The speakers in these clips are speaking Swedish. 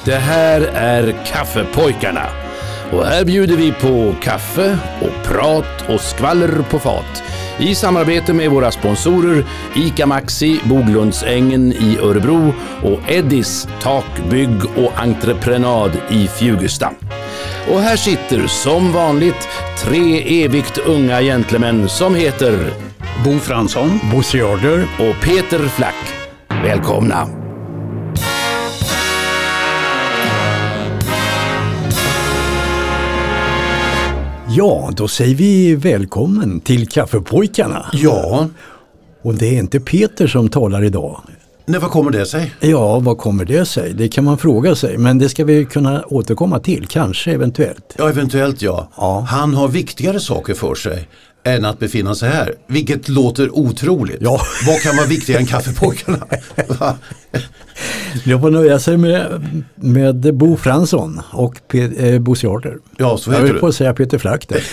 Det här är Kaffepojkarna. Och här bjuder vi på kaffe och prat och skvaller på fat. I samarbete med våra sponsorer ICA Maxi, Boglundsängen i Örebro och Eddis takbygg och entreprenad i Fjugesta. Och här sitter som vanligt 3 evigt unga gentlemän som heter Bo Fransson, Bosse Jarder och Peter Flack. Välkomna! Ja, då säger vi välkommen till Kaffepojkarna. Ja. Och det är inte Peter som talar idag. Nej, vad kommer det sig? Ja, vad kommer det sig? Det kan man fråga sig, men det ska vi kunna återkomma till, kanske eventuellt. Ja, eventuellt ja. Han har viktigare saker för sig än att befinna sig här, vilket låter otroligt. Ja. Vad kan vara viktigare än Kaffepojkarna? Jag får nöja sig med Bo Fransson och Bosse Jarder. Ja, så heter jag vill på att säga Peter Flack där.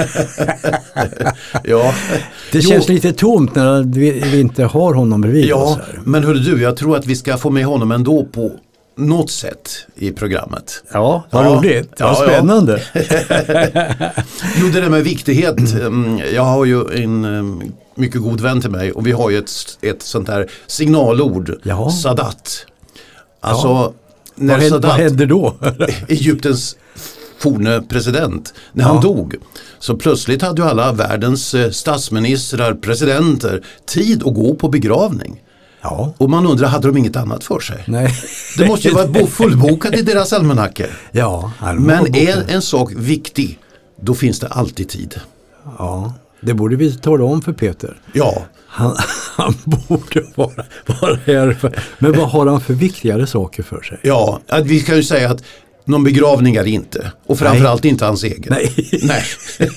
Ja. Det känns lite tomt när vi inte har honom bredvid oss här. Men hörru du, jag tror att vi ska få med honom ändå på något sätt i programmet. Ja, vad roligt. Ja, spännande. Jo, det där med viktighet. Jag har ju en mycket god vän till mig och vi har ju ett sånt här signalord. Ja. Sadat. Alltså, när vad hände då? Egyptens forne president, när han dog, så plötsligt hade ju alla världens statsministrar, presidenter tid att gå på begravning. Ja. Och man undrar, hade de inget annat för sig? Nej. Det måste ju vara fullbokat i deras almanackor. Ja. Men är en sak viktig, då finns det alltid tid. Ja, det borde vi tala om för Peter. Ja. Han borde vara här. Men vad har han för viktigare saker för sig? Ja, vi kan ju säga att någon begravning är inte. Och framförallt inte hans egen. Nej.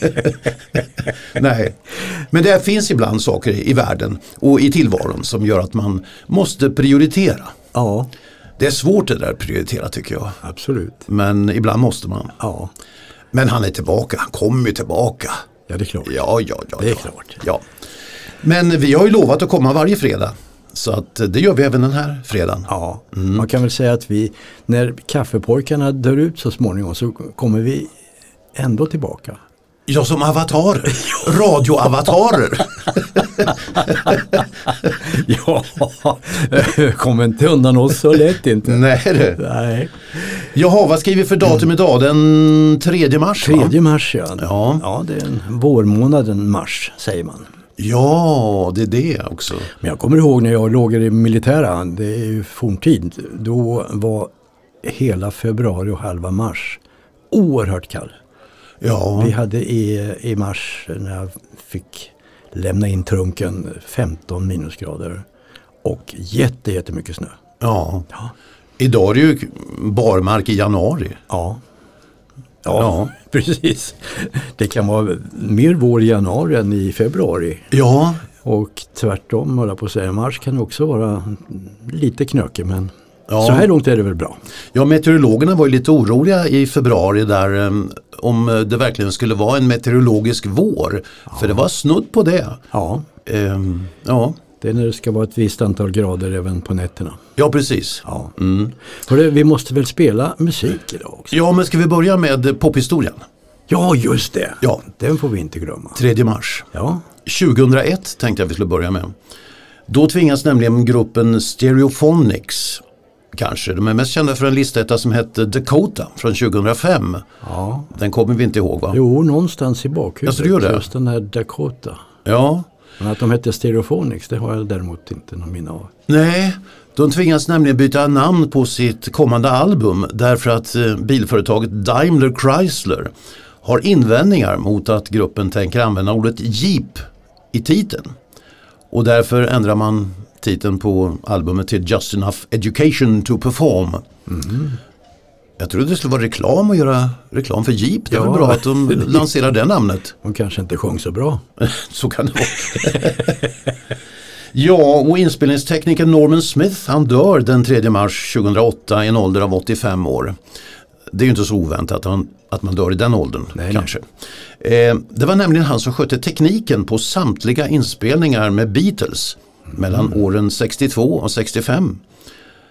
Nej. Men det finns ibland saker i världen och i tillvaron som gör att man måste prioritera. Ja. Det är svårt det där att prioritera, tycker jag. Absolut. Men ibland måste man. Ja. Men han är tillbaka. Han kommer ju tillbaka. Ja, det är klart. Ja. Det är klart. Ja. Men vi har ju lovat att komma varje fredag. Så att det gör vi även den här fredagen. Ja, man kan väl säga att när Kaffepojkarna dör ut så småningom så kommer vi ändå tillbaka. Ja, som avatarer. Radioavatarer. Ja, kommer inte undan oss så lätt inte. Nej. Jaha, vad skriver vi för datum idag? Den 3 mars? 3 mars, ja. Ja, det är vårmånaden mars, säger man. Ja, det är det också. Men jag kommer ihåg när jag låg i militära, det är ju forntid, då var hela februari och halva mars oerhört kall. Ja. Vi hade i mars när jag fick lämna in trunken 15 minusgrader och jättemycket snö. Ja. Idag är det ju barmark i januari. Ja, precis. Det kan vara mer vår i januari än i februari. Ja. Och tvärtom, håller på att säga, mars kan också vara lite knökig, men så här långt är det väl bra. Ja, meteorologerna var ju lite oroliga i februari där om det verkligen skulle vara en meteorologisk vår. För det var snudd på det. Ja. Ja. Det är när det ska vara ett visst antal grader även på nätterna. Ja, precis. Ja. För vi måste väl spela musik idag också? Ja, men ska vi börja med pophistorien? Ja, just det. Ja. Den får vi inte glömma. 3 mars. Ja. 2001 tänkte jag vi skulle börja med. Då tvingas nämligen gruppen Stereophonics, kanske, de är mest kända för en listetta som hette Dakota från 2005. Ja. Den kommer vi inte ihåg, va? Jo, någonstans i bakhuvudet. Jag tror det. Just den här Dakota. Ja. Men att de hette Stereophonics, det har jag däremot inte någon minne av. Nej, de tvingas nämligen byta namn på sitt kommande album därför att bilföretaget Daimler Chrysler har invändningar mot att gruppen tänker använda ordet Jeep i titeln. Och därför ändrar man titeln på albumet till Just Enough Education to Perform. Jag trodde det skulle vara reklam att göra reklam för Jeep. Det är väl bra att de lanserar det namnet. De kanske inte sjöng så bra. Så kan det vara. Ja, och inspelningstekniken Norman Smith, han dör den 3 mars 2008 i en ålder av 85 år. Det är ju inte så oväntat att man dör i den åldern, kanske. Det var nämligen han som skötte tekniken på samtliga inspelningar med Beatles mellan åren 62 och 65.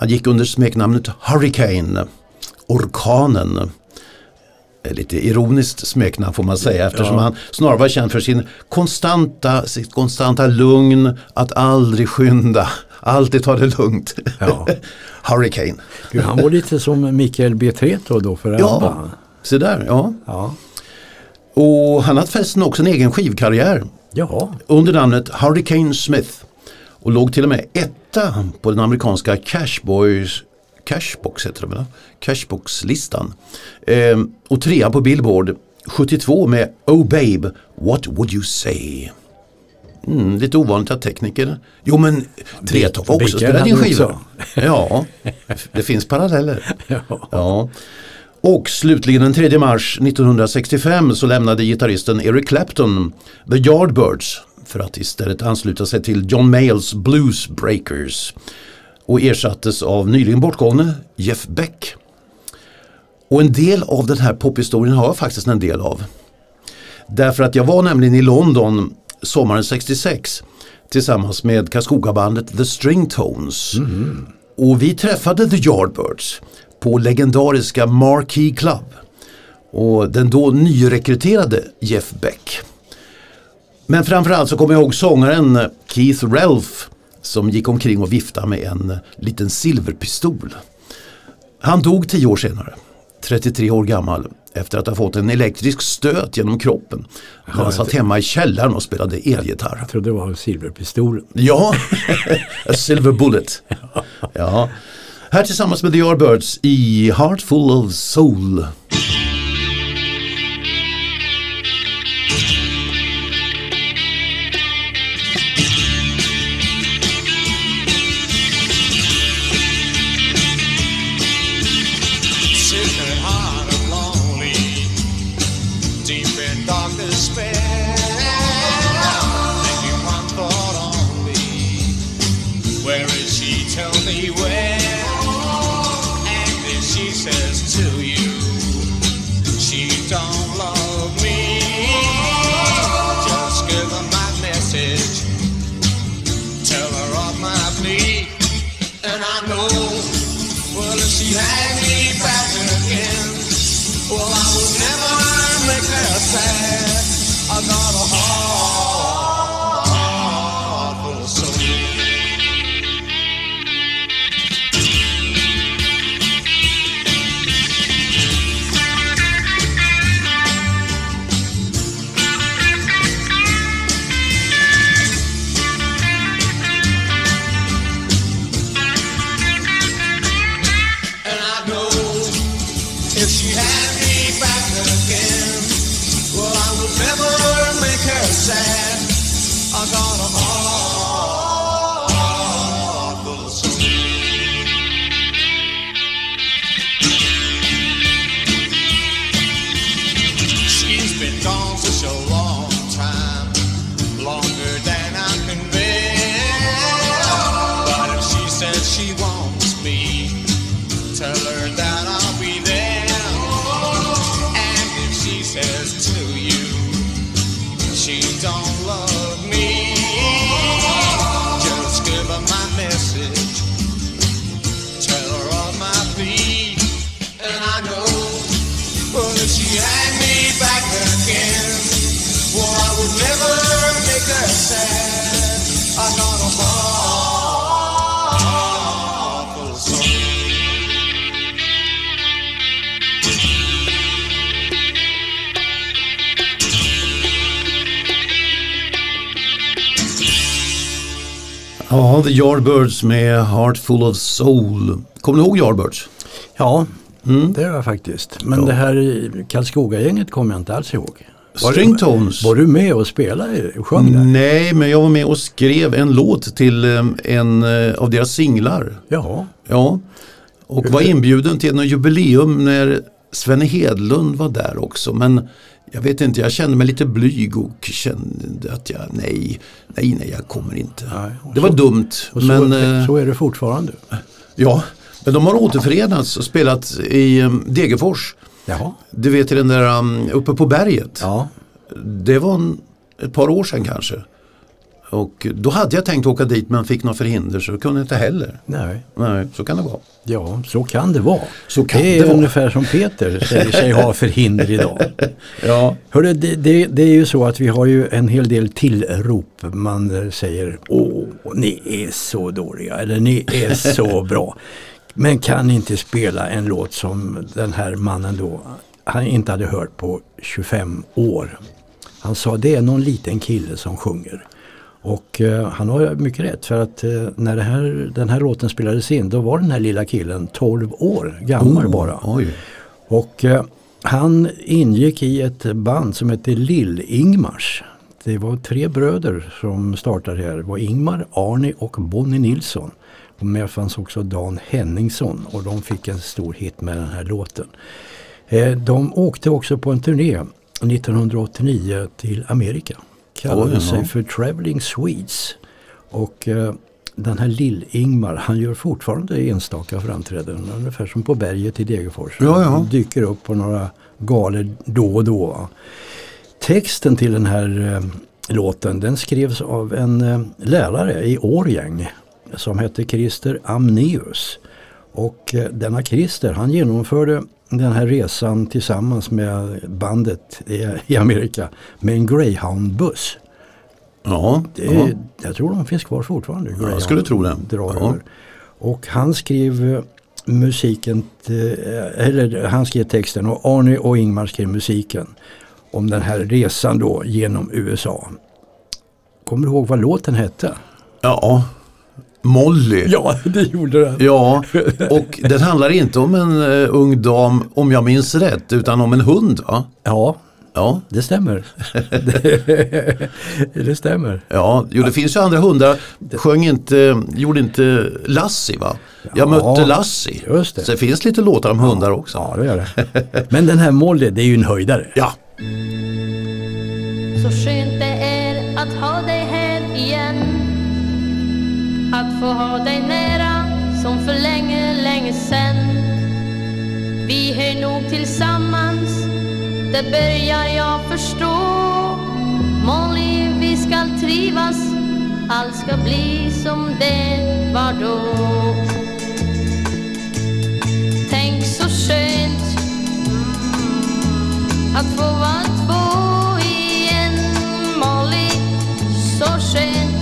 Han gick under smeknamnet Hurricane, orkanen. Lite ironiskt smeknamn får man säga, eftersom han snarare var känd för sitt konstanta lugn, att aldrig skynda, alltid ta det lugnt. Ja. Hurricane. Gud, han var lite som Mikael Bietreto då för Ja, ABBA. så där, ja. Ja. Och han hade förresten också en egen skivkarriär Ja. under namnet Hurricane Smith och låg till och med etta på den amerikanska Cashbox heter det väl? Cashbox-listan. Och trea på Billboard 72 med Oh Babe, What Would You Say? Lite ovanligt att tekniker. Jo, men Tretow också spelade din skiva. Ja, det finns paralleller. Ja. Och slutligen den 3 mars 1965 så lämnade gitarristen Eric Clapton The Yardbirds för att istället ansluta sig till John Mayalls Blues Breakers och ersattes av nyligen bortgångne Jeff Beck. Och en del av den här pophistorien har jag faktiskt en del av. Därför att jag var nämligen i London sommaren 66 tillsammans med Karlskogabandet The Stringtones. Och vi träffade The Yardbirds på legendariska Marquee Club och den då nyrekryterade Jeff Beck. Men framförallt så kommer jag ihåg sångaren Keith Relf som gick omkring och viftade med en liten silverpistol. Han dog 10 år senare, 33 år gammal, efter att ha fått en elektrisk stöt genom kroppen. Han satt hemma i källaren och spelade elgitarr. Jag trodde det var silverpistolen. Ja, a silver bullet. Ja. Här tillsammans med The Yardbirds i Heart Full of Soul. Ja, The Yardbirds med Heart Full of Soul. Kommer du ihåg Yardbirds? Ja, det är jag faktiskt. Men det här Karlskoga-gänget kommer jag inte alls ihåg. Stringtones. Var du med och spelade och sjöng där? Nej, men jag var med och skrev en låt till en av deras singlar. Jaha. Ja, och var inbjuden till en jubileum när Svenne Hedlund var där också. Men jag vet inte, jag kände mig lite blyg och kände att nej, jag kommer inte. Nej, det var dumt. Och men så är det fortfarande. Ja. Men de har återförenats och spelat i Degerfors. Jaha. Du vet i den där uppe på berget. Ja. Det var ett par år sedan kanske. Och då hade jag tänkt åka dit men fick något förhinder så kunde inte heller. Nej, så kan det vara. Ja, så kan det vara. Så kan det det är vara. ungefär som Peter säger sig ha förhinder idag. Ja. Hörru, det är ju så att vi har ju en hel del tillrop. Man säger, ni är så dåliga eller ni är så bra. Men kan inte spela en låt som den här mannen då han inte hade hört på 25 år. Han sa det är någon liten kille som sjunger. Och han har mycket rätt för att när den här låten spelades in då var den här lilla killen 12 år gammal bara. Oj. Och han ingick i ett band som hette Lill-Ingmars. Det var 3 bröder som startade här. Det var Ingmar, Arne och Bonnie Nilsson. Och med fanns också Dan Henningsson och de fick en stor hit med den här låten. De åkte också på en turné 1989 till Amerika. Kallade sig för Traveling Swedes. Och den här Lill-Ingmar, han gör fortfarande enstaka framträdanden. Ungefär som på berget i Degerfors. Han dyker upp på några galor då och då. Va? Texten till den här låten den skrevs av en lärare i Årjäng som hette Christer Amneus. Och denna Christer han genomförde den här resan tillsammans med bandet i Amerika med en Greyhound-buss. Ja, jag tror de finns kvar fortfarande. Jag skulle tro det. Ja. Och han skrev musiken, han skrev texten och Arne och Ingmar skrev musiken om den här resan då genom USA. Kommer du ihåg vad låten hette? Ja, Molly. Ja, det gjorde den. Ja, och den handlar inte om en ung dam, om jag minns rätt, utan om en hund, va? Ja, det stämmer. Det stämmer. Ja, det finns ju andra hundar. Gjorde inte Lassie, va? Jag mötte Lassie. Just det. Så det finns lite låtar om hundar också. Ja, det gör det. Men den här Molly, det är ju en höjdare. Ja. Så skönt det är att ha dig här igen. Att få ha dig nära som för länge, länge sen. Vi hör nog tillsammans, det börjar jag förstå. Molly, vi ska trivas, allt ska bli som det var då. Tänk så skönt att få vara två igen, Molly. Så skönt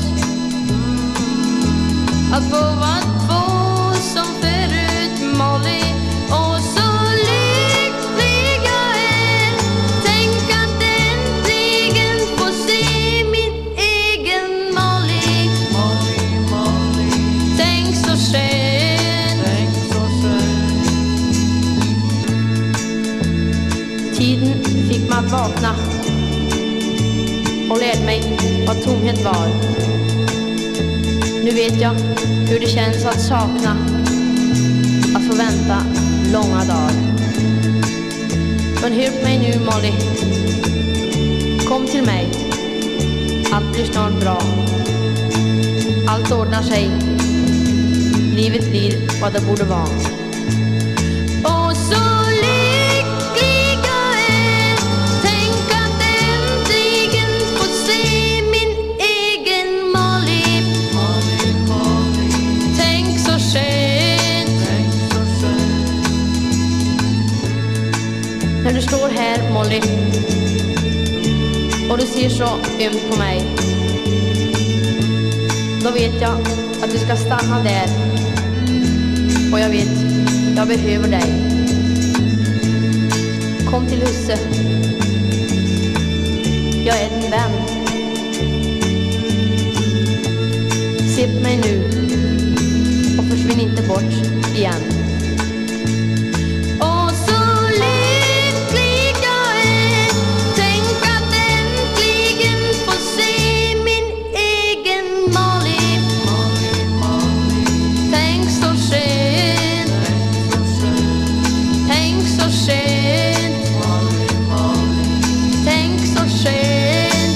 att få vara två som förut, Molly. Och så lycklig jag är. Tänk att äntligen få se min egen Molly. Molly, Molly. Tänk så skönt. Tänk så skönt. Tiden fick man vakna och lärde mig vad tomhet var. Nu vet jag hur det känns att sakna, att få vänta långa dagar. Men hör mig nu, Molly. Kom till mig. Allt blir snart bra. Allt ordnar sig. Livet blir vad det borde vara. Och så lycklig jag är. Tänk att äntligen få se min egen Molly. Molly, Molly. Tänk så skönt. Tänk så skönt. När du står här, Molly, och du ser så ömt på mig, då vet jag att du ska stanna där. Och jag vet, jag behöver dig. Kom till huset. Jag är din vän. Se på mig nu och försvinn inte bort igen. Och så lycklig jag är. Tänk att äntligen få se min egen Molly. Molly, Molly. Tänk så skönt. Tänk så skönt. Molly, Molly. Tänk så skönt.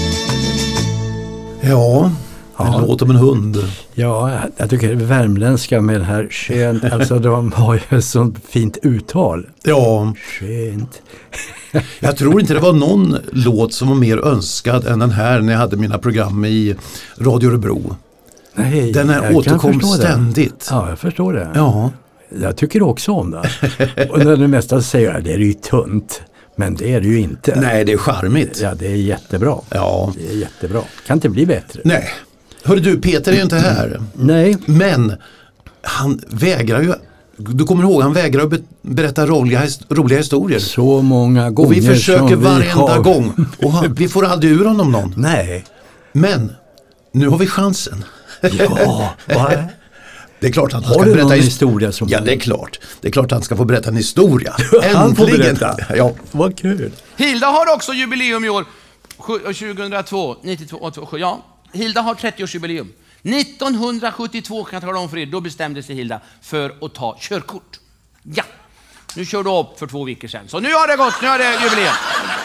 Ja, det låter som en hund. Ja, jag tycker det är värmländska med den här skönt. Alltså de har ju ett sånt fint uttal. Ja. Skönt. Jag tror inte det var någon låt som var mer önskad än den här när jag hade mina program i Radio Örebro. Nej, den här återkom ständigt. Ja, jag förstår det. Ja. Jag tycker också om det. Och när det mesta säger det är ju tunt. Men det är det ju inte. Nej, det är charmigt. Ja, det är jättebra. Ja. Det är jättebra. Kan inte bli bättre. Nej. Hörru du, Peter är ju inte här. Nej. Men han vägrar ju... Du kommer ihåg, han vägrar att berätta roliga historier. Så många gånger. Och vi försöker varenda gång. Och vi får aldrig ur honom någon. Nej. Men nu har vi chansen. Ja, vad? Det är klart att han har ska du berätta någon historia som... Ja, det är klart. Det är klart att han ska få berätta en historia. Han får berätta. Ja. Vad kul. Hilda har också jubileum i år. 2002, 92, 87. Ja, Hilda har 30-årsjubileum. 1972 kan jag tala om för er, då bestämde sig Hilda för att ta körkort. Ja, nu kör du upp för 2 veckor sedan. Så nu har det gått, nu har det jubileum.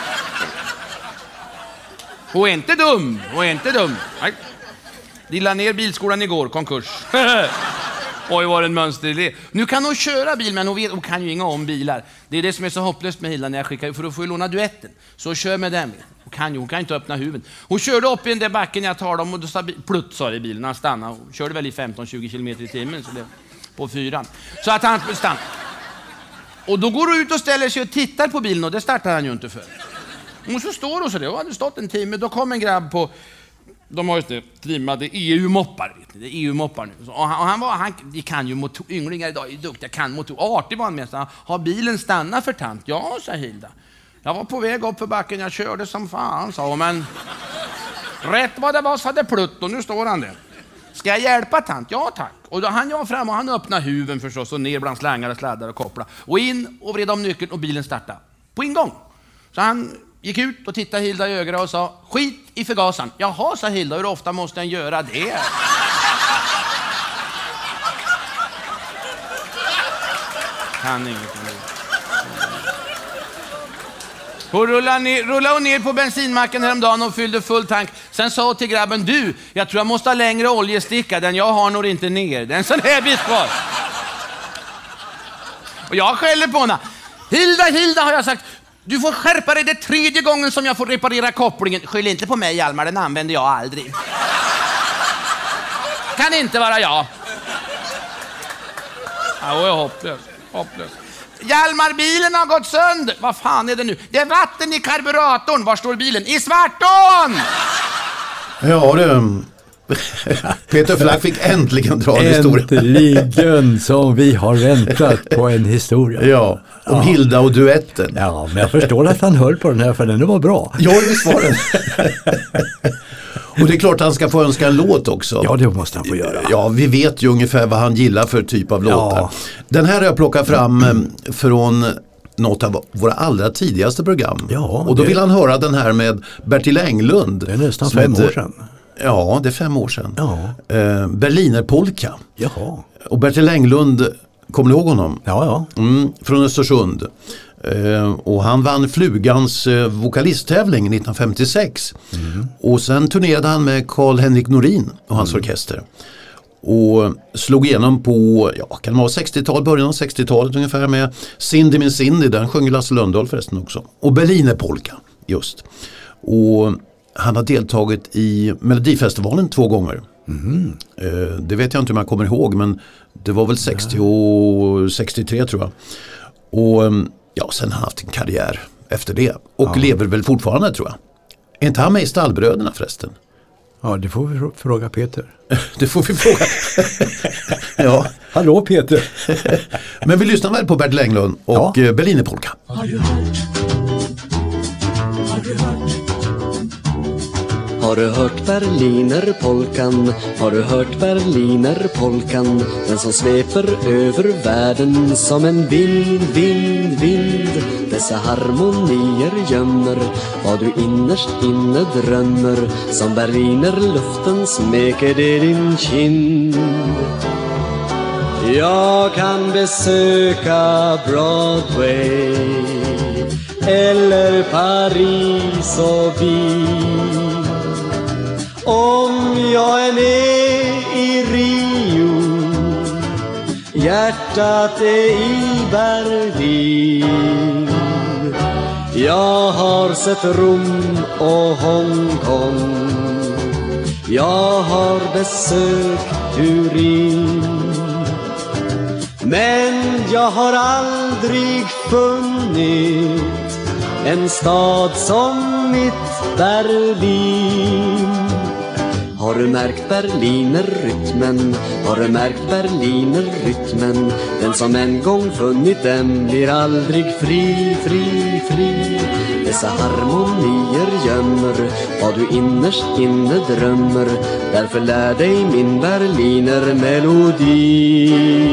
Och inte dum, Nej. De la ner bilskolan igår, konkurs. Oj, var en mönster i det. Nu kan hon köra bil, men hon kan ju inga om bilar. Det är det som är så hopplöst med Hilda när jag skickar, för då får jag låna duetten. Så kör med den. Hon kan inte öppna huven. Hon körde upp i den där backen jag talade om och då sa plutt, sa det i bilen. Han stannade. Hon körde väl i 15-20 km i timmen så det på 4. Så att han stannade. Och då går hon ut och ställer sig och tittar på bilen och det startar han ju inte för. Och så står hon så det. Och hade stått en timme. Då kom en grabb på... De har ju inte trimmade EU-moppar. Det är EU-moppar nu. Och han kan ju ynglingar idag är duktiga, kan motor. 18 var han med. Har bilen stannat för tant? Ja, sa Hilda. Jag var på väg upp för backen, jag körde som fan, sa hon, men rätt vad det var så hade plutt och nu står han där. Ska jag hjälpa tant? Ja, tack. Och då han var fram och han öppnade huven förstås och ner bland slangar och sladdar och koppla. Och in och vred om nyckeln och bilen startade. På en gång. Så han gick ut och tittade Hilda i ögonen och sa, skit i förgasaren. Jaha, sa Hilda, hur ofta måste en göra det? Kan inget om det. Hon rullade ner på bensinmacken häromdagen och fyllde full tank. Sen sa hon till grabben, du, jag tror jag måste ha längre oljesticka. Den jag har nog inte ner. Den sån här bit kvar. Och jag skäller på henne. Hilda, har jag sagt. Du får skärpa dig, det 3:e gången som jag får reparera kopplingen. Skyll inte på mig, Almar, den använder jag aldrig. Kan inte vara jag. Ja, jag är hopplös. Hjalmar, bilen har gått sönder. Vad fan är det nu? Det är vatten i karburatorn. Var står bilen? I Svartån! Ja, det... Peter Flack fick äntligen dra en historia. Äntligen, som vi har väntat på en historia. Ja, om Hilda och duetten. Ja, men jag förstår att han höll på den här för den var bra. Ja, visst var den. Och det är klart att han ska få önska en låt också. Ja, det måste han få göra. Ja, vi vet ju ungefär vad han gillar för typ av låtar. Ja. Den här har jag plockat fram från något av våra allra tidigaste program. Ja, och då vill han höra den här med Bertil Englund. Det är nästan 5 år sedan. Ja, det är 5 år sedan. Ja. Berlinerpolka. Jaha. Och Bertil Englund, kommer du ihåg honom? Ja. Från Östersund. Och han vann Flugans vokalisttävling 1956. Och sen turnerade han med Carl-Henrik Norin och hans orkester. Och slog igenom på, kan det vara 60-tal, början av 60-talet ungefär med Cindy min Cindy, den sjöng Lasse Lönndahl förresten också. Och Berlinerpolka, just. Och han har deltagit i Melodifestivalen 2 gånger. Det vet jag inte om jag kommer ihåg, men det var väl 60 och 63 tror jag. Och sen har han haft en karriär efter det. Och lever väl fortfarande, tror jag. Är inte han med i Stallbröderna förresten? Ja, det får vi fråga Peter. Det får vi fråga. Ja. Hallå Peter. Men vi lyssnar väl på Bertil Englund och Berlinerpolka. Har du hört? Har du hört Berlinerpolkan? Har du hört Berlinerpolkan? Den som sveper över världen som en vind, vind, vind. Dessa harmonier gömmer vad du innerst inne drömmer. Som Berlinerluften smeker det din kind. Jag kan besöka Broadway eller Paris och Wien. Om jag är med i Rio, hjärtat är i Berlin. Jag har sett Rom och Hongkong. Jag har besökt Turin. Men jag har aldrig funnit en stad som mitt Berlin. Har du märkt Berliner-rytmen? Har du märkt Berliner-rytmen? Den som en gång funnit den blir aldrig fri, fri, fri. Dessa harmonier gömmer vad du innerst inne drömmer. Därför lär dig min Berliner-melodi.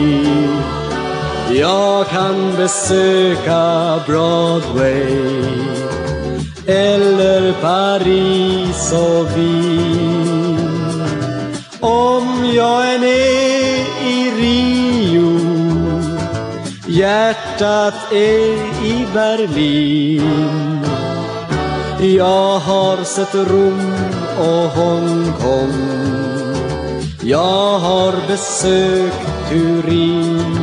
Jag kan besöka Broadway eller Paris och Wien. Om jag än är i Rio, hjärtat är i Berlin. Jag har sett Rom och Hongkong. Jag har besökt Turin.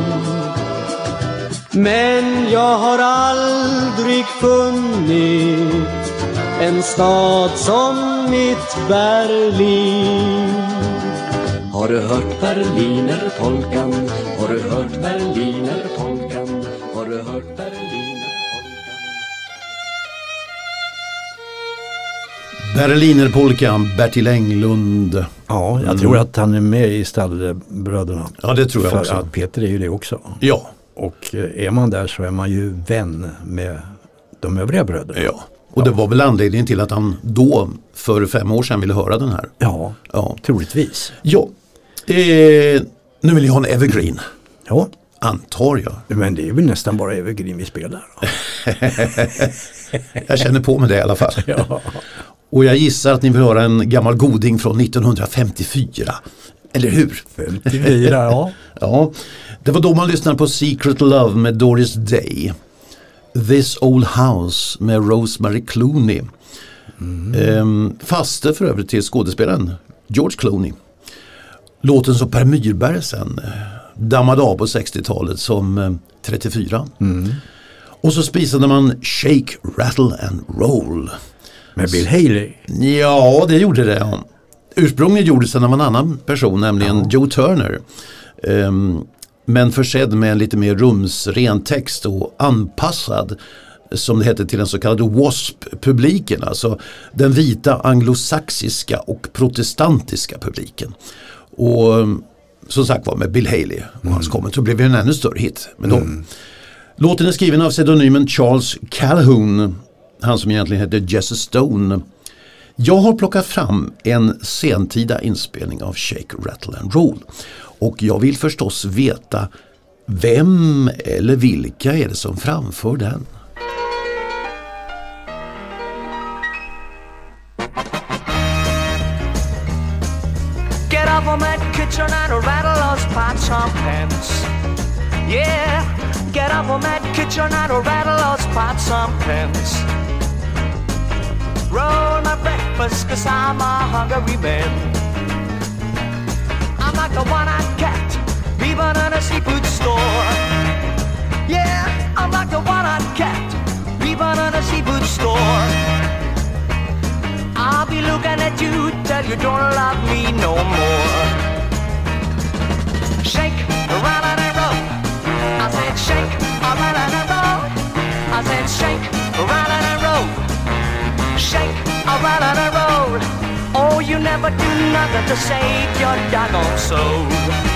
Men jag har aldrig funnit en stad som mitt Berlin. Har du hört Berliner-polkan? Har du hört Berliner-polkan? Har du hört Berliner-polkan? Berlinerpolkan, Bertil Englund. Ja, jag tror att han är med i Stallbröderna. Ja, det tror jag för också. Att Peter är ju det också. Ja. Och är man där så är man ju vän med de övriga bröderna. Ja. Och det var väl anledningen till att han då för 5 år sedan ville höra den här. Ja, troligtvis. Ja, nu vill jag ha en evergreen. Ja. Antar jag. Men det är väl nästan bara evergreen vi spelar. Jag känner på mig det i alla fall. Ja. Och jag gissar att ni vill höra en gammal goding från 1954. Eller hur? 54, ja. Ja, det var då man lyssnade på Secret Love med Doris Day. This Old House med Rosemary Clooney. Faste för övrigt till skådespelaren George Clooney. Låten som Per Myrberg sen dammade av på 60-talet som 34. Och så spisade man Shake, Rattle and Roll. Med Bill Haley? Ja, det gjorde det. Ja. Ursprungligen gjordes den av en annan person, nämligen Joe Turner. Men försedd med en lite mer rumsren text och anpassad, som det heter, till den så kallade WASP-publiken, alltså den vita anglosaxiska och protestantiska publiken. Och som sagt var, med Bill Haley och hans kommit så blev det en ännu större hit med dem. Låten är skriven av pseudonymen Charles Calhoun, han som egentligen heter Jesse Stone. Jag har plockat fram en sentida inspelning av Shake, Rattle and Roll. Och jag vill förstås veta vem eller vilka är det som framför den. Get up on that kitchen and rattle those pots and pans. Yeah, get up on that kitchen and rattle those pots and pans. Roll my breakfast 'cause I'm a hungry man. I'm like the one-eyed cat, leaving in a seafood store. Yeah, I'm like the one-eyed cat, leaving in a seafood store. I'll be looking at you till you don't love me no more. Shake, rattle and roll. I said shake, rattle and roll. I said shake, rattle and roll. Shake, rattle and roll. Oh, you never do nothing to save your doggone soul.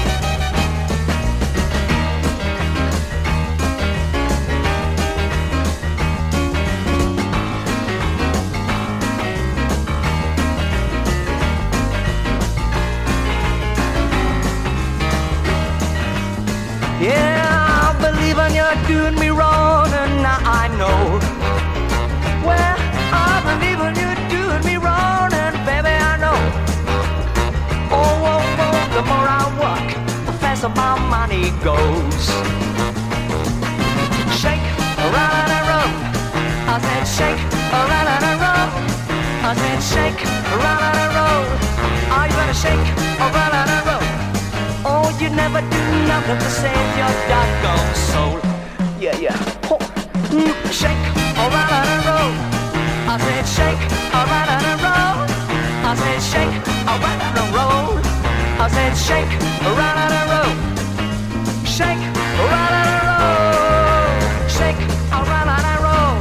Yeah, I believe in you're doing me wrong, and now I know. Well, I believe in you're doing me wrong, and baby I know. Oh, oh, oh, the more I work, the faster my money goes. Shake, rattle and roll. I said shake, rattle and roll. I said shake, rattle and roll. Are you gonna shake, rattle and roll? Oh, you never do nothing to save your doggone soul. Yeah, yeah. Oh. Shake, rattle and roll. said shake, right on and roll. I said shake, right on and roll. I said shake, right on and roll. Shake, right on and roll. Shake, right on and roll.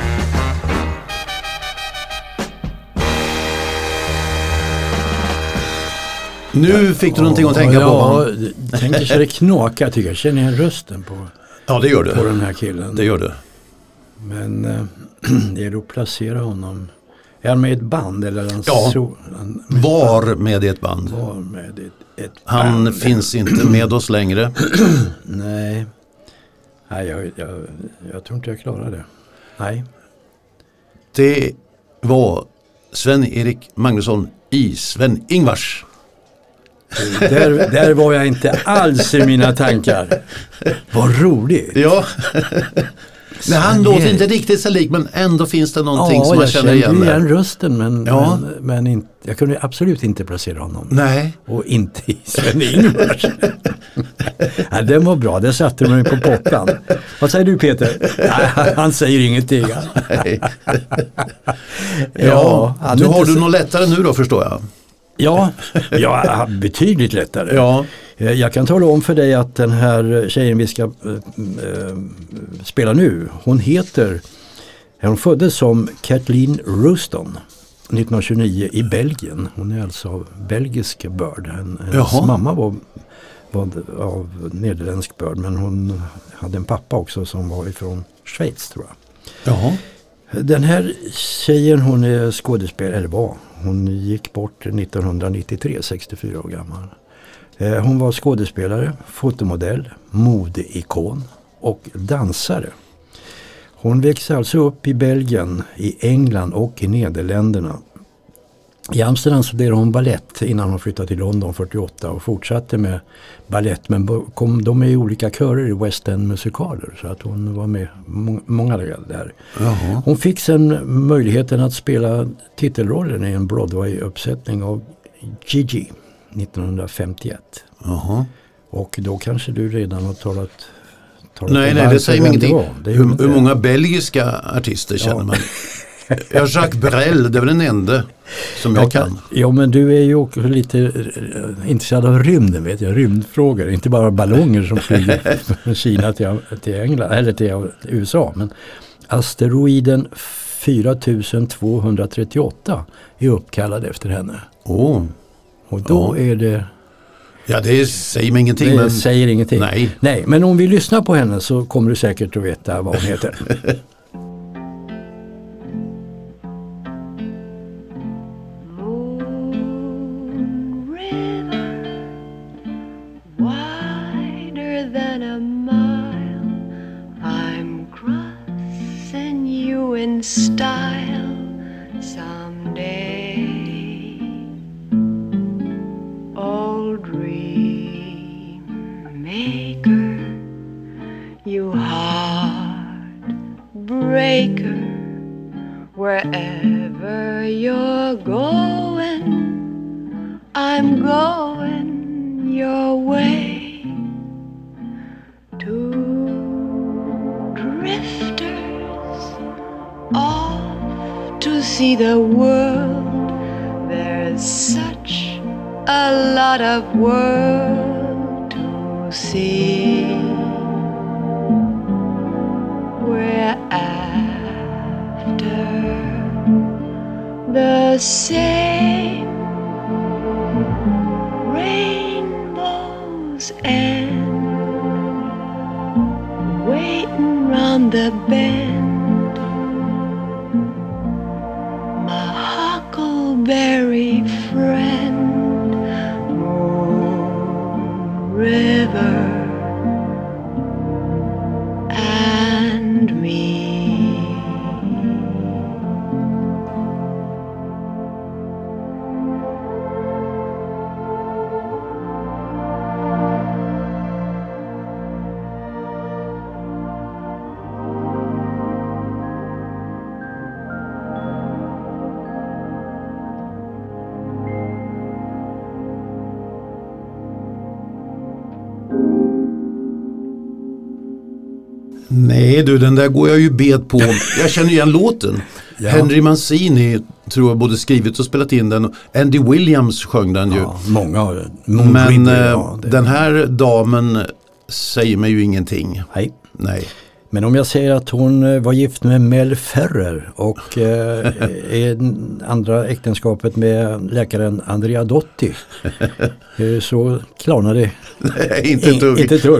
Nu fick du någonting att tänka på. Ja, tänker sig det knaka tycker jag. Känner jag rösten på, Ja, det gör du. på den här killen. Det gör du. Men det är då att placera honom. Är han med i ett band? Eller är han Var med i ett band. Var med i ett Han band. finns inte med oss längre. Nej, jag tror inte jag klarar det. Nej. Det var Sven-Erik Magnusson i Sven-Ingvars. Där var jag inte alls i mina tankar. Vad roligt. Ja. Men han låter inte riktigt så lik, men ändå finns det någonting som man känner igen. Ja, jag kände igen rösten Ja. men inte, jag kunde absolut inte placera honom. Nej. Och inte i Sven-Ingvars. Ja, den var bra, det satte mig på pottan. Vad säger du Peter? Nej, han säger ingenting. Nej. Ja, Du har du något lättare nu då förstår jag? Ja, betydligt lättare. Ja. Jag kan tala om för dig att den här tjejen vi ska spela nu, hon föddes som Kathleen Ruston 1929 i Belgien. Hon är alltså av belgisk börd. Hennes mamma var av nederländsk börd, men hon hade en pappa också som var ifrån Schweiz tror jag. Jaha. Den här tjejen, hon är skådespelare, eller var. Hon gick bort 1993, 64 år gammal. Hon var skådespelare, fotomodell, modeikon och dansare. Hon växte alltså upp i Belgien, i England och i Nederländerna. I Amsterdam så blev hon ballett innan hon flyttade till London 48 och fortsatte med ballett. Men de är i olika körer i West End musikaler så att hon var med många där. Jaha. Hon fick sen möjligheten att spela titelrollen i en Broadway-uppsättning av Gigi 1951. Jaha. Och då kanske du redan har talat Nej, det säger mig ingenting. Hur många belgiska artister känner man? Jacques Brel, det är väl den enda som jag kan. Ja, men du är ju också lite intresserad av rymden, vet jag. Rymdfrågor, inte bara ballonger som flyger från Kina till England eller till USA. Men asteroiden 4238 är uppkallad efter henne. Och då är det... Ja, det säger mig ingenting. Det säger ingenting. Nej, men om vi lyssnar på henne så kommer du säkert att veta vad hon heter. Style someday, old dream maker, you heartbreaker, wherever you're going, I'm going your way. Two drifters off to see the world. There's such a lot of world to see. We're after the same rainbows and waiting round the bend. Huckleberry friend, Moon River and me. Nej du, den där går jag ju bet på. Jag känner igen låten. Ja. Henry Mancini tror jag både skrivit och spelat in den. Andy Williams sjöng den ju. Ja, många Men den här damen säger mig ju ingenting. Nej. Men om jag säger att hon var gift med Mel Ferrer och är andra äktenskapet med läkaren Andrea Dotti, så klarnar det. Nej, inte ett dugg.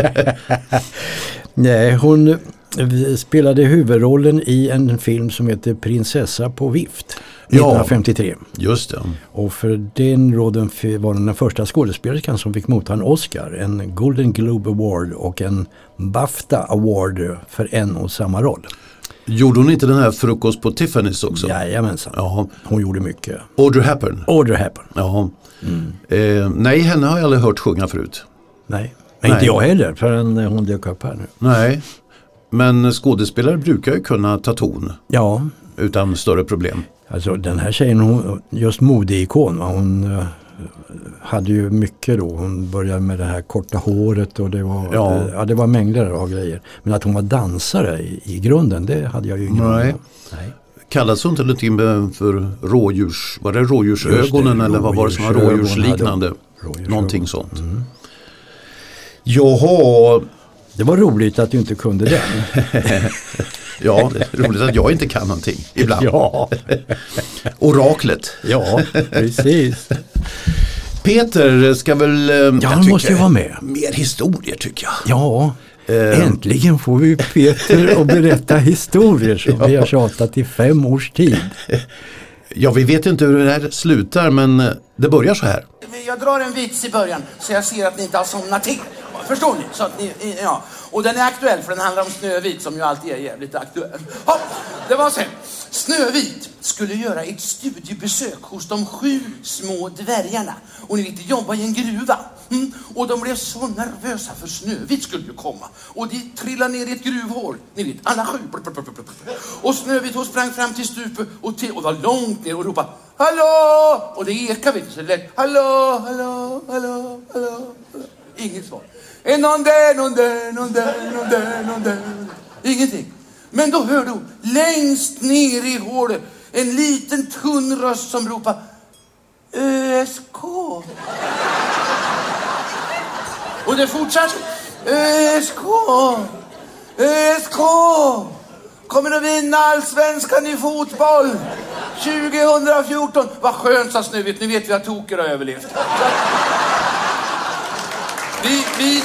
Nej, hon spelade huvudrollen i en film som heter Prinsessa på vift 1953. Just det. Och för den rollen var den första skådespelerskan som fick motta en Oscar, en Golden Globe Award och en BAFTA Award för en och samma roll. Gjorde hon inte den här Frukost på Tiffany's också? Jajamensan. Ja. Hon gjorde mycket. Audrey Hepburn. Ja. Nej, henne har jag aldrig hört sjunga förut. Nej, men inte jag heller förrän hon dök upp här nu. Nej, men skådespelare brukar ju kunna ta ton. Ja. Utan större problem. Alltså den här tjejen, hon, just modeikon, hon hade ju mycket då. Hon började med det här korta håret och det var, det var mängder av grejer. Men att hon var dansare i grunden, det hade jag ju ingen aning om. Nej. Kallas hon inte för rådjurs, var det rådjursögonen eller vad var det som var rådjursliknande? Någonting sånt. Mm. Jaha. Det var roligt att du inte kunde den. Ja, det är roligt att jag inte kan någonting ibland. Ja. Oraklet. Ja, precis. Peter ska väl... han måste ju vara med. Mer historier tycker jag. Ja, äntligen får vi Peter att berätta historier som vi har tjatat i 5 års tid. Ja, vi vet inte hur det här slutar, men det börjar så här. Jag drar en vits i början så jag ser att ni inte har somnat till. Förstår ni? Så att ni, ja. Och den är aktuell för den handlar om Snövit som ju alltid är jävligt aktuell. Ja, det var sen. Snövit skulle göra ett studiebesök hos de 7 små dvärgarna. Och ni vet, jobba i en gruva. Och de blev så nervösa för Snövit skulle ju komma. Och de trillade ner i ett gruvhål. Ni vet, alla 7. Och Snövit hon sprang fram till stupet och var långt ner och ropade hallå! Och det ekade inte så lätt. Hallå, hallå, hallå, hallå. Inget svar. Någon där. Ingenting. Men då hörde hon längst ner i hålet en liten tunn röst som ropade ÖSK. Och det fortsatte. ÖSK kommer att vinna allsvenskan i fotboll 2014. Vad skönt, sa Snövit. Nu vet vi att Toker har överlevt. Vi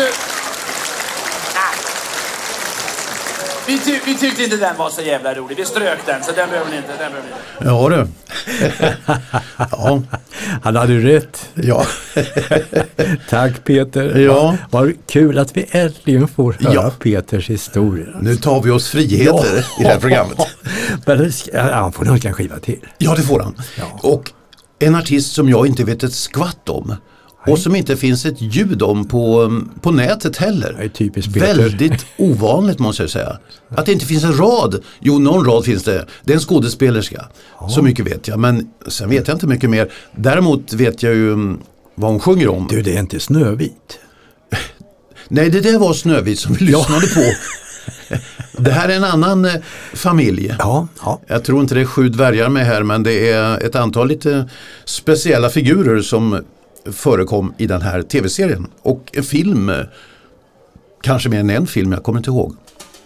tyckte inte den var så jävla rolig. Vi strök den, så den behöver ni inte. Ja du. Ja. Han hade rätt. Ja. Tack Peter. Ja. Vad kul att vi äntligen får höra Peters historia. Nu tar vi oss friheter i det här programmet. Men han får nog en skiva till. Ja, det får han. Ja. Och en artist som jag inte vet ett skvatt om. Och som inte finns ett ljud om på nätet heller. Det är typiskt Peter. Väldigt ovanligt måste jag säga. Att det inte finns en rad. Jo, någon rad finns det. Det är en skådespelerska. Ja. Så mycket vet jag. Men sen vet jag inte mycket mer. Däremot vet jag ju vad hon sjunger om. Du, det är inte Snövit. Nej, det där var Snövit som vi lyssnade på. Det här är en annan familj. Ja. Jag tror inte det är 7 dvärgar med här, men det är ett antal lite speciella figurer som förekom i den här tv-serien. Och en film, kanske mer än en film, jag kommer inte ihåg.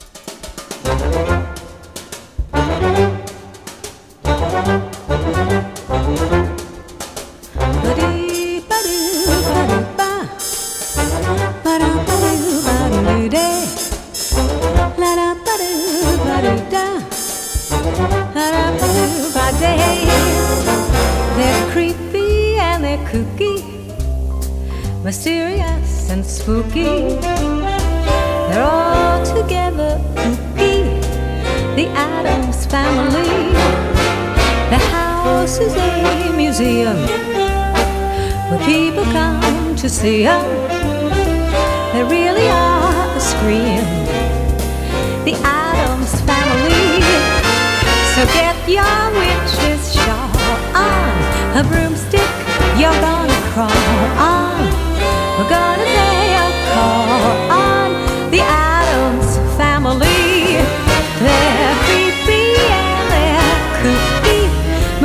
They're creepy and they're kooky, mysterious and spooky. They're all together spooky. The Addams Family. The house is a museum where people come to see them. They really are a scream. The Addams Family. So get your witch's shawl on, a broomstick you're gonna crawl on. We're gonna lay a call on the Addams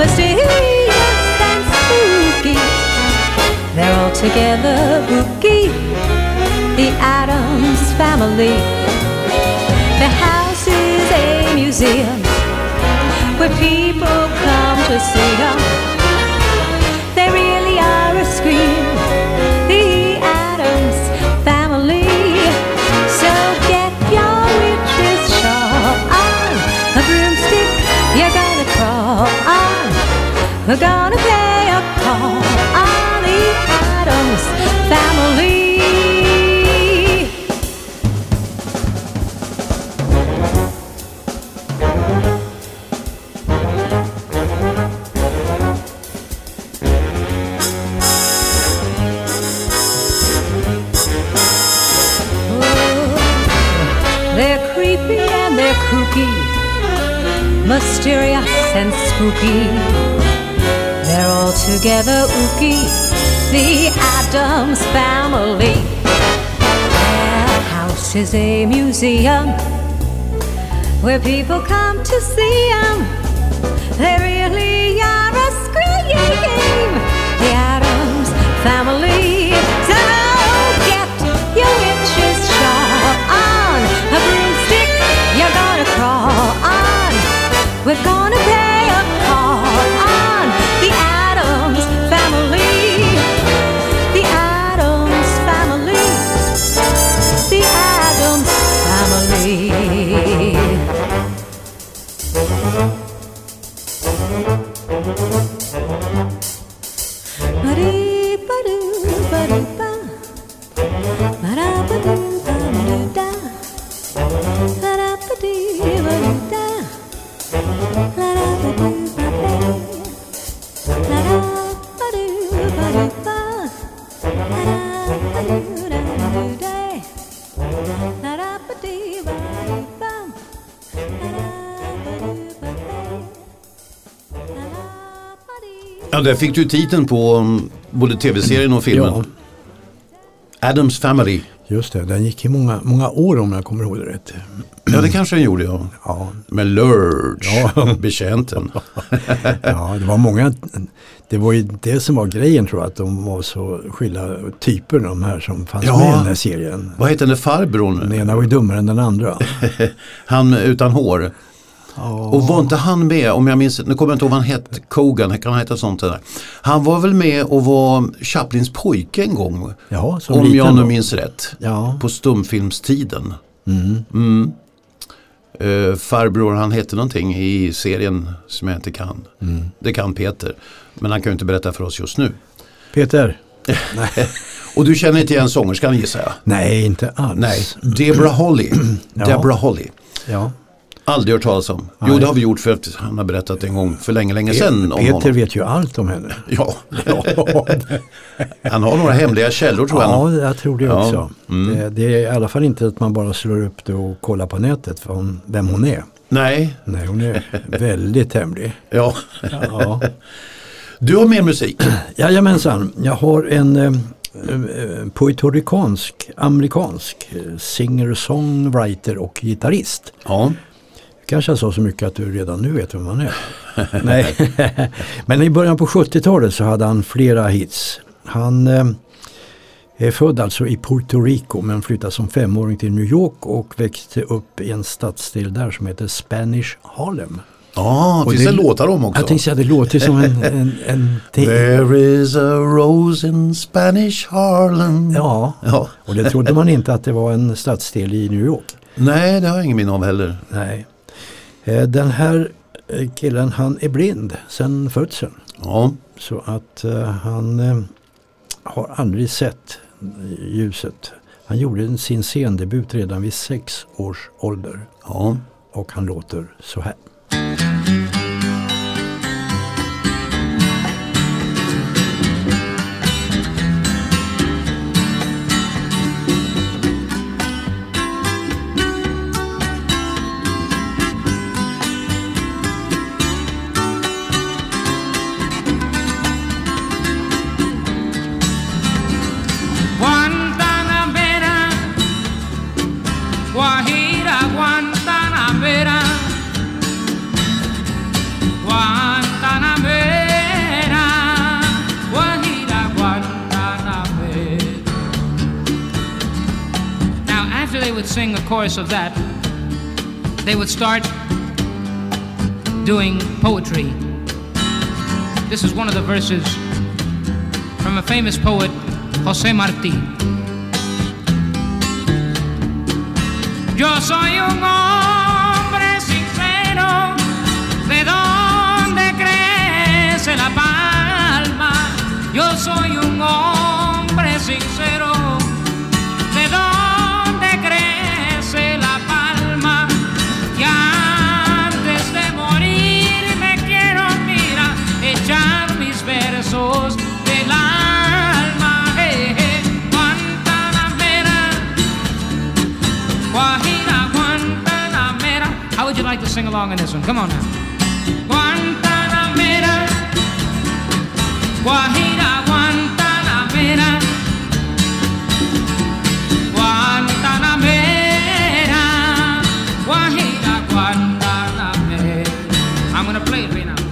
mysterious and spooky. They're all together spooky. The Addams Family. The house is a museum where people come to see them. They really are a scream. The Addams Family. So get your witch's shawl on, a broomstick you're gonna crawl on. We're gonna pay a call on the Addams Family. Mysterious and spooky. They're all together ooky. The Addams Family. Their house is a museum where people come to see them. They really are a scream. The Addams Family. So get your witch's shawl on, a broomstick you're gonna crawl on. We're gonna pay a call on the Addams Family. The Addams Family. The Addams Family. Ba-dee-ba-doo-ba-doo-ba. Ba-da-ba-doo-ba-doo-da. Ba-da-ba-dee-ba-doo-da. Ja, där fick du titeln på både tv-serien och filmen. Ja. Addams Family. Just det, den gick i många år om jag kommer ihåg det rätt. Ja, det kanske den gjorde, ja. Ja. Med Lurch, betjänten. Ja, det var många. Det var ju det som var grejen, tror jag, att de var så skilda typer, de här som fanns med i den här serien. Vad heter den farbrorn? Den ena var ju dummare än den andra. Han utan hår. Och var inte han med, om jag minns, nu kommer jag inte ihåg vad han hette, Kogan, kan han heta sånt där. Han var väl med och var Chaplins pojke en gång, ja, om jag nu minns rätt, ja. På stumfilmstiden. Farbror, han hette någonting i serien som jag inte kan. Det kan Peter, men han kan ju inte berätta för oss just nu. Peter? Nej. Och du känner inte igen sångerskan, gissar jag? Nej, inte alls. Nej, Deborah Holly. Ja. Deborah Holly. Ja. Aldrig hört talas om. Nej. Jo, det har vi gjort för att han har berättat en gång för länge sedan om Peter honom. vet ju allt om henne. Ja. Han har några hemliga källor, tror jag. Ja, jag tror det också. Mm. Det är i alla fall inte att man bara slår upp det och kollar på nätet för vem hon är. Nej. Nej, hon är väldigt hemlig. Ja. Ja. Du har mer musik. Jajamensan, jag har en puertoricansk, amerikansk singer-songwriter och gitarrist. Ja. Kanske jag sa så mycket att du redan nu vet vem man är. Nej. Men i början på 70-talet så hade han flera hits. Han är född alltså i Puerto Rico, men flyttade som 5-åring till New York och växte upp i en stadsdel där som heter Spanish Harlem. Ja, finns det låtar om också? Jag tänkte att det låter som en There is a rose in Spanish Harlem. Ja, och det trodde man inte att det var en stadsdel i New York. Nej, det har jag ingen minne av heller. Nej. Den här killen, han är blind sedan födseln. Ja. Så att han har aldrig sett ljuset. Han gjorde sin scendebut redan vid 6 års ålder. Ja. Och han låter så här. would sing a chorus of that, they would start doing poetry. This is one of the verses from a famous poet, José Martí. Yo soy un hombre sincero, de donde crece la palma. Yo soy un hombre sincero, de donde crece la palma. Y antes de morir me quiero, mira, echar mis versos del alma. Hey, hey, Guantanamera, Guajira, Guantanamera. How would you like to sing along in this one? Come on now. Guantanamera, Guajira, Guantanamera, Guantanamera, Guajira, Guantanamera. I'm gonna play it right now.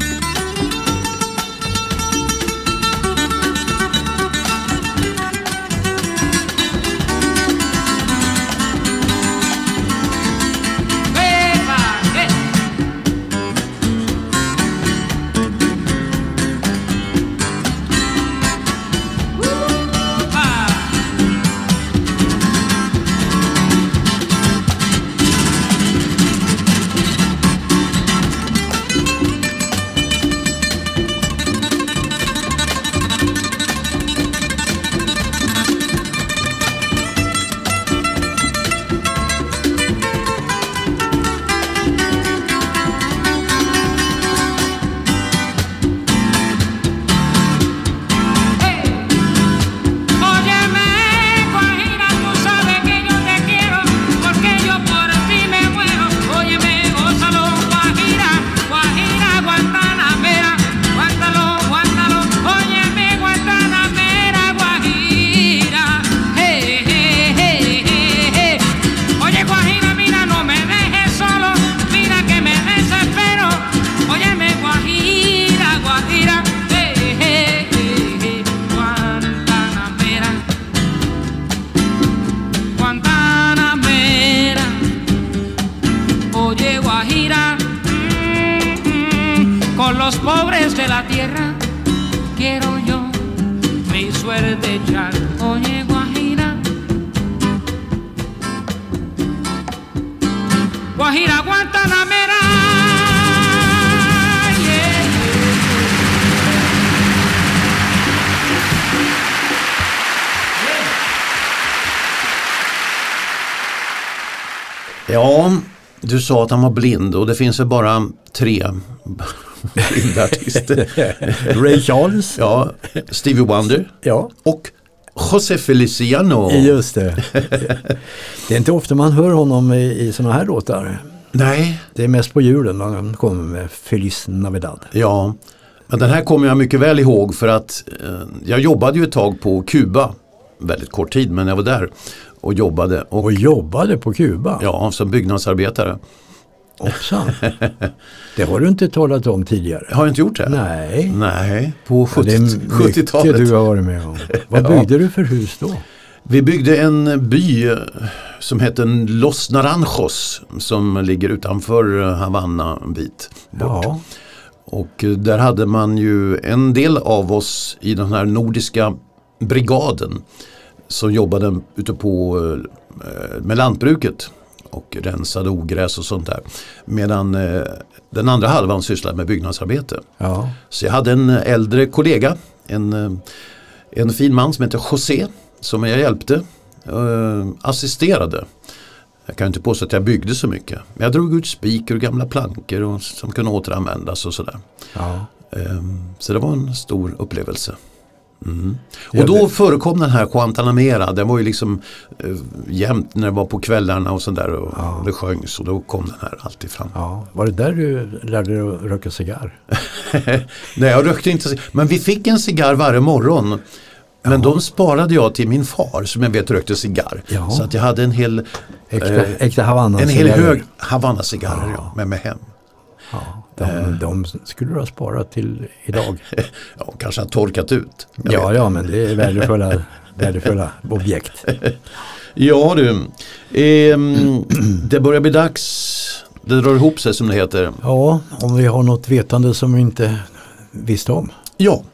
Los pobres de la tierra quiero yo mi suerte echar. Oye, Guajira, Guajira, Guantanamera. Yeah. Ja, du sa att han var blind och det finns ju bara 3 blinda artister. Ray Charles. Ja, Stevie Wonder. Ja. Och José Feliciano. Just det. Det är inte ofta man hör honom i såna här låtar. Nej. Det är mest på julen man kommer med Feliz Navidad. Ja, men den här kommer jag mycket väl ihåg för att jag jobbade ju ett tag på Kuba. Väldigt kort tid, men jag var där och jobbade. Och jobbade på Kuba? Ja, som byggnadsarbetare. Hoppsan. Det har du inte talat om tidigare. Har jag inte gjort det? Nej. På 70-talet. Du har varit med om. Vad byggde du för hus då? Vi byggde en by som heter Los Naranjos som ligger utanför Havanna en bit bort. Ja. Och där hade man ju en del av oss i den här nordiska brigaden som jobbade ute på med lantbruket och rensade ogräs och sånt där. Medan den andra halvan sysslade med byggnadsarbete. Ja. Så jag hade en äldre kollega, en fin man som heter José som jag hjälpte, assisterade. Jag kan inte påstå att jag byggde så mycket. Men jag drog ut spikar och gamla plankor och, som kunde återanvändas och sådär. Ja. Så det var en stor upplevelse. Mm. Och då förekom den här Guantanamera. Den var ju liksom jämt när det var på kvällarna och sådär och det sjöngs och då kom den här alltid fram. Ja. Var det där du lärde dig att röka cigarr? Nej, jag rökte inte. Men vi fick en cigarr varje morgon. Men de sparade jag till min far som jag vet rökte cigarr. Ja. Så att jag hade en hel äkta Havanna en hel hög Havanna-cigarrer med mig hem. Ja, de skulle du ha sparat till idag. Ja, kanske har torkat ut. Ja, men det är värdefulla objekt. Ja du, det börjar bli dags. Det drar ihop sig som det heter. Ja, om vi har något vetande som vi inte visste om. Ja.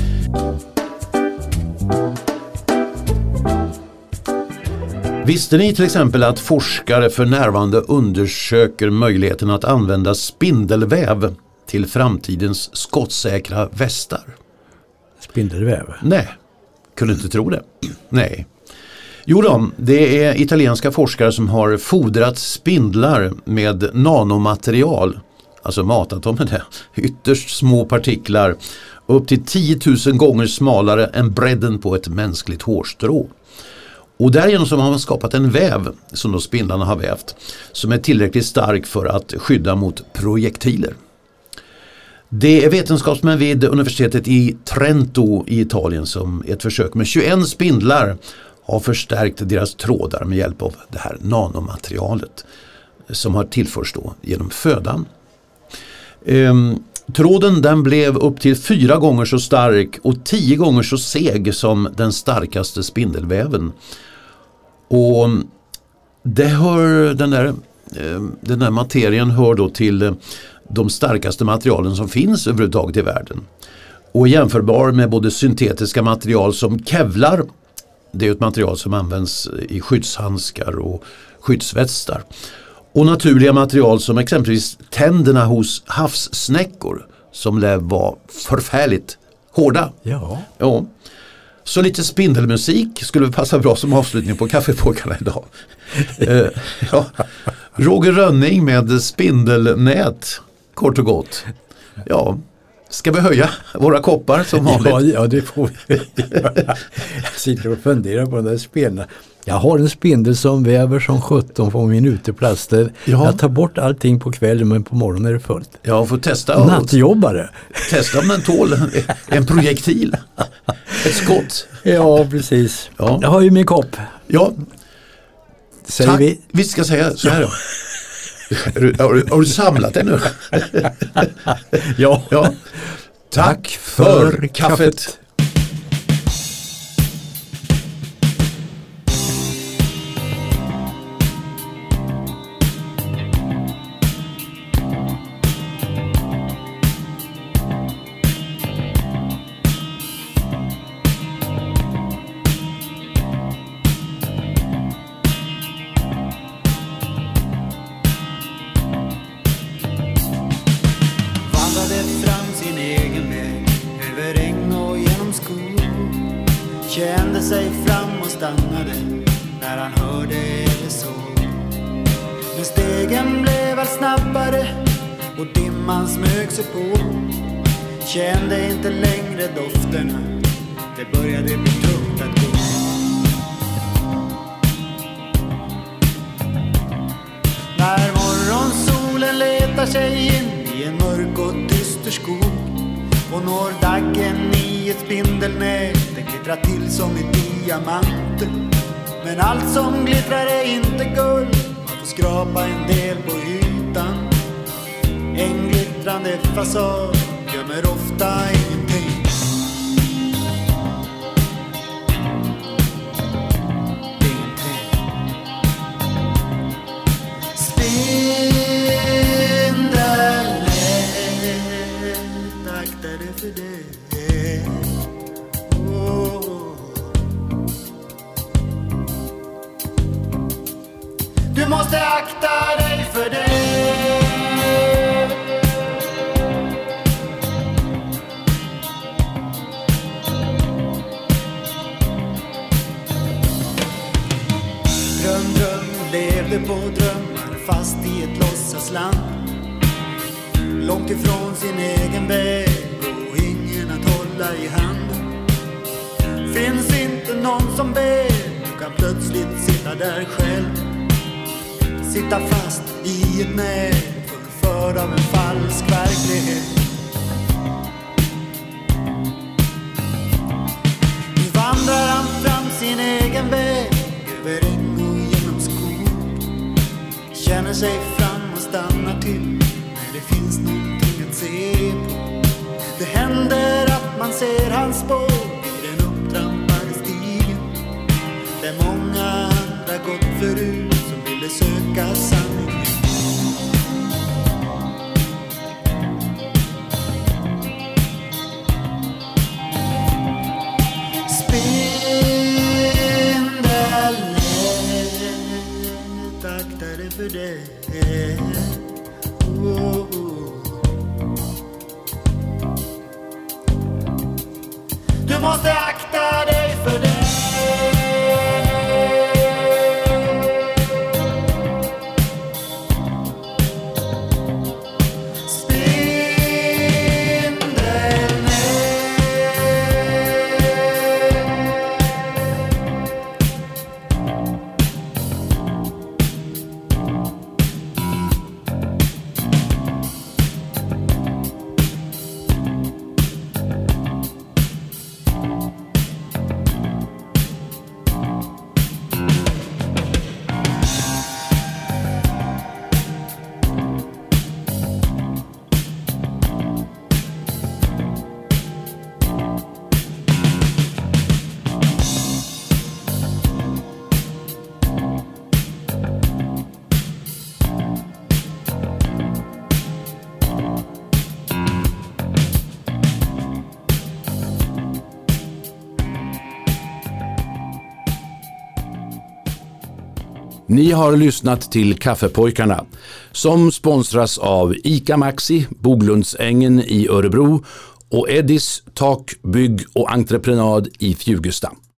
Visste ni till exempel att forskare för närvarande undersöker möjligheten att använda spindelväv till framtidens skottsäkra västar? Spindelväv? Nej, kunde inte tro det. Nej. Jo då, det är italienska forskare som har fodrat spindlar med nanomaterial, alltså matat dem med det, ytterst små partiklar, upp till 10 000 gånger smalare än bredden på ett mänskligt hårstrå. Och därigenom så har man skapat en väv som då spindlarna har vävt, som är tillräckligt stark för att skydda mot projektiler. Det är vetenskapsmän vid universitetet i Trento i Italien som i ett försök med 21 spindlar har förstärkt deras trådar med hjälp av det här nanomaterialet som har tillförts då genom födan. Tråden den blev upp till 4 gånger så stark och 10 gånger så seg som den starkaste spindelväven. Och det hör, den där materien hör då till de starkaste materialen som finns överhuvudtaget i världen. Och jämförbar med både syntetiska material som kevlar, det är ett material som används i skyddshandskar och skyddsvästar. Och naturliga material som exempelvis tänderna hos havssnäckor som lär vara förfärligt hårda. Ja. Ja. Så lite spindelmusik skulle passa bra som avslutning på Kaffepojkarna idag. Ja. Roger Rönning med Spindelnät, kort och gott. Ja, ska vi höja våra koppar som vanligt? Ja, det får vi. Jag sitter och funderar på den där spindeln. Jag har en spindel som väver som 17 på min uteplats. Ja. Jag tar bort allting på kvällen, men på morgonen är det fullt. Ja, får testa. Nattjobbare. Testa om den tål en projektil. Ett skott. Ja, precis. Ja. Jag har ju min kopp. Ja. Säger tack. Vi? Vi ska säga så här då. Har du samlat det nu? Ja. Tack för kaffet. Kände sig fram och stannade när han hörde eller såg. Men stegen blev allt snabbare och dimman smög sig på. Kände inte längre dofterna, det började bli tungt att gå. När morgonsolen letar sig in i en mörk och dyster skog och når daggen i ett spindelnät, det glittrar till som i diamanter. Men allt som glittrar är inte guld, man får skrapa en del på ytan. En glittrande fasad gömmer ofta ingenting. Du måste akta dig för det. Dröm, levde på drömmar fast i ett låtsasland. Långt ifrån sin egen väg och ingen att hålla i handen. Finns inte någon som ber, du kan plötsligt sitta där själv. Sitta fast i ett nät fullförd av en falsk verklighet. Nu vandrar han fram sin egen väg över äng och genom skog. Känner sig fram och stannar till när det finns någonting att se på. Det händer att man ser hans spår i den upptrampade stigen där många andra för det. Du måste akta dig för det. Ni har lyssnat till Kaffepojkarna som sponsras av ICA Maxi, Boglundsängen i Örebro och Eddis Tak, bygg och entreprenad i Fjugesta.